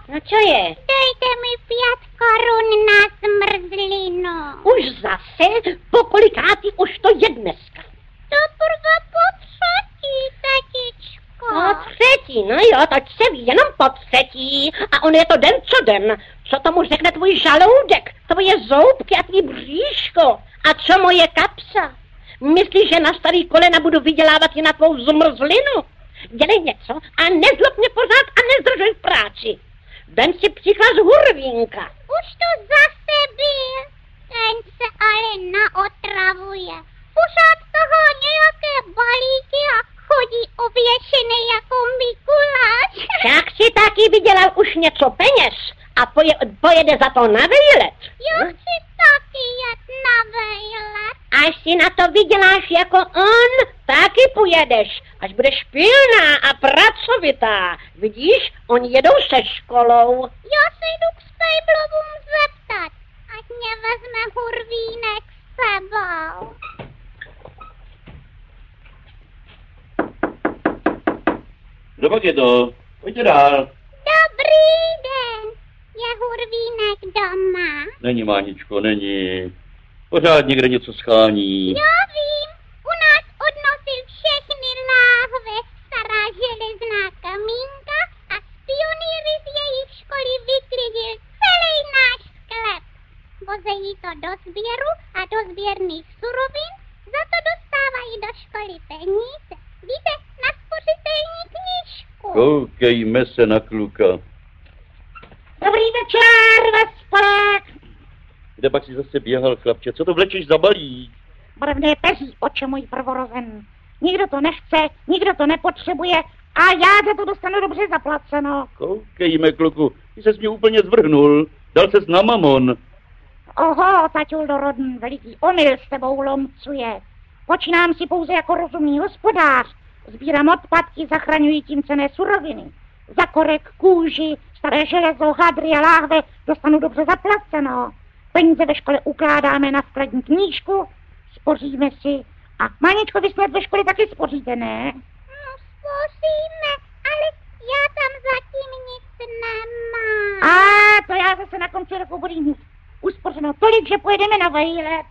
No co je? Dejte mi 5 korun na zmrzlinu. Už zase? Pokolikátý už to je dneska? To prva po 3, tetičko. Po 3, no jo, toť se ví, jenom po 3. A on je to den co den. Co tomu řekne tvůj žaloudek, tvoje zoubky a tvý bříško? A co moje kapsa? Myslíš, že na starý kolena budu vydělávat i na tvou zmrzlinu? Dělej něco a nezlob mě pořád a nezdržuj v práci. Vem si příklad z Hurvínka. Už to zase byl. Ten se ale naotravuje. Pořád tahá nějaké balíky a chodí ověšený jako Mikuláš. Tak si taky vydělal už něco peněz a pojede za to na výlet. Já chci taky jet na výlet. Až si na to vyděláš jako on, taky pojedeš. Až budeš pilná a pracovitá. Vidíš, oni jedou se školou. Já se jdu k Spejblovům zeptat, ať mě vezme Hurvínek s sebou. Kdo pak je to? Pojďte dál. Dobrý den. Je Hurvínek doma? Není, Máničko, není. Pořád někde něco schání. Já vím. U nás odnosil všechny láhve stará železná kamínka a z pionýry z jejich školy vyklidil celý náš sklep. Vozejí to do sběru a do sběrných surovin, za to dostávají do školy peníze. Víte, na spořitelní knížku. Koukejme se na kluka. Dobrý večer, Vespolek. Kde pak si zase běhal, chlapče? Co to vlečeš za balík? Barevné peří, oče můj prvorozen. Nikdo to nechce, nikdo to nepotřebuje a já za to dostanu dobře zaplaceno. Koukejme, kluku, ty ses mě úplně zvrhnul. Dal ses na mamon. Oho, taťul dorodný, veliký omyl s tebou lomcuje. Počínám si pouze jako rozumný hospodář. Sbírám odpadky, zachraňuji tím cenné suroviny. Za korek, kůži, staré železo, hadry a láhve dostanu dobře zaplaceno. Peníze ve škole ukládáme na vkladní knížku, spoříme si. A Maničko, vy snad ve škole taky spoříte, ne? No, spoříme, ale já tam zatím nic nemám. A to já zase na konci roku budu mít uspořeno tolik, že pojedeme na výlet.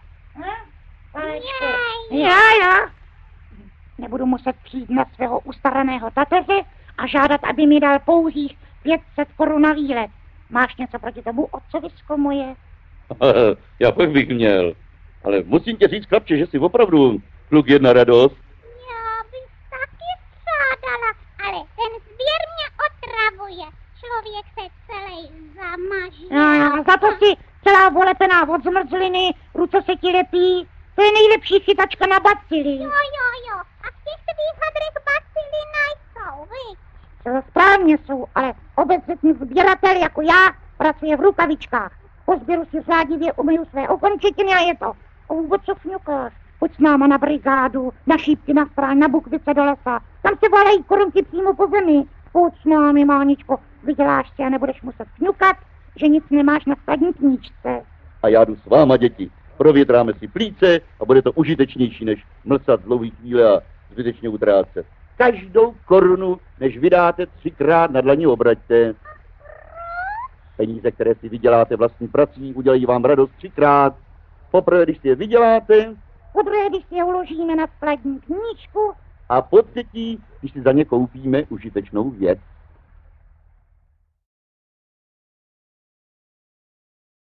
Já. Nebudu muset přijít na svého ustaraného tateře a žádat, aby mi dal pouhých 500 korun na výlet. Máš něco proti tomu, otcovisko moje? Já pak bych měl. Ale musím tě říct, chlapče, že jsi opravdu kluk jedna radost. Já bych taky střádala, ale ten sběr mě otravuje. Člověk se celý zamaží. No, za to si celá volepená od zmrzliny, ruce se ti lepí. To je nejlepší chytačka na bacily. Jo. A v těch tvých hadrech bacily nejsou, viď? To správně jsou, ale obezřetný sběratel jako já pracuje v rukavičkách. Po sběru si řádivě umyju své okončetiny a je to. A vůbec co fňukáš? Pojď s náma na brigádu, na šípky, na stráň, na bukvice do lesa. Tam se valejí korunky přímo po zemi. Pojď s námi, Máničko, vyděláš si a nebudeš muset fňukat, že nic nemáš na skladní knížce. A já jdu s váma, děti. Provětráme si plíce a bude to užitečnější, než mlsat dlouhý chvíle a zbytečně utrácet. Každou korunu, než vydáte 3krát na dlani, obraťte. Peníze, které si vyděláte vlastní prací, udělají vám radost 3krát. Poprvé, když si je vyděláte. Podruhé, když si je uložíme na skladní knížku. A po třetí, když si za ně koupíme užitečnou věc.